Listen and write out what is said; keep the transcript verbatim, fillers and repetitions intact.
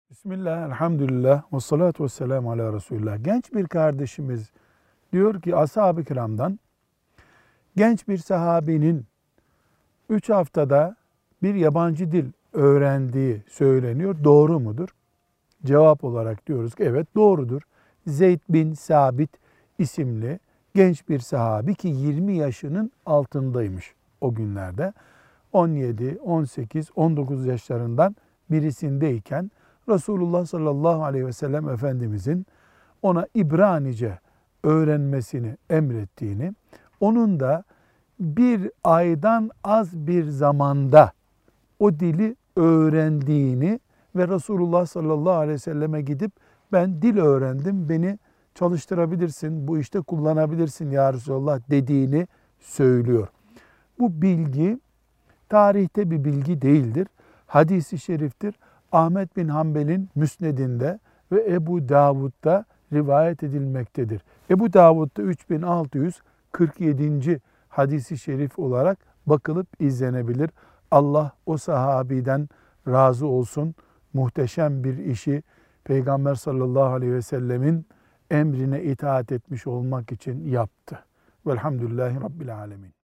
Bismillah, elhamdülillah, ve salatu ve selamu ala Resulullah. Genç bir kardeşimiz diyor ki ashab-ı kiramdan genç bir sahabinin üç haftada bir yabancı dil öğrendiği söyleniyor. Doğru mudur? Cevap olarak diyoruz ki evet doğrudur. Zeyd bin Sabit isimli genç bir sahabi ki yirmi yaşının altındaymış o günlerde. on yedi, on sekiz, on dokuz yaşlarından birisindeyken Resulullah sallallahu aleyhi ve sellem Efendimizin ona İbranice öğrenmesini emrettiğini, onun da bir aydan az bir zamanda o dili öğrendiğini ve Resulullah sallallahu aleyhi ve selleme gidip ben dil öğrendim, beni çalıştırabilirsin, bu işte kullanabilirsin ya Resulullah dediğini söylüyor. Bu bilgi tarihte bir bilgi değildir. Hadis-i şeriftir. Ahmet bin Hanbel'in Müsned'inde ve Ebu Davud'da rivayet edilmektedir. Ebu Davud'da üç bin altı yüz kırk yedinci hadisi şerif olarak bakılıp izlenebilir. Allah o sahabiden razı olsun. Muhteşem bir işi Peygamber sallallahu aleyhi ve sellemin emrine itaat etmiş olmak için yaptı. Velhamdülillahi Rabbil alemin.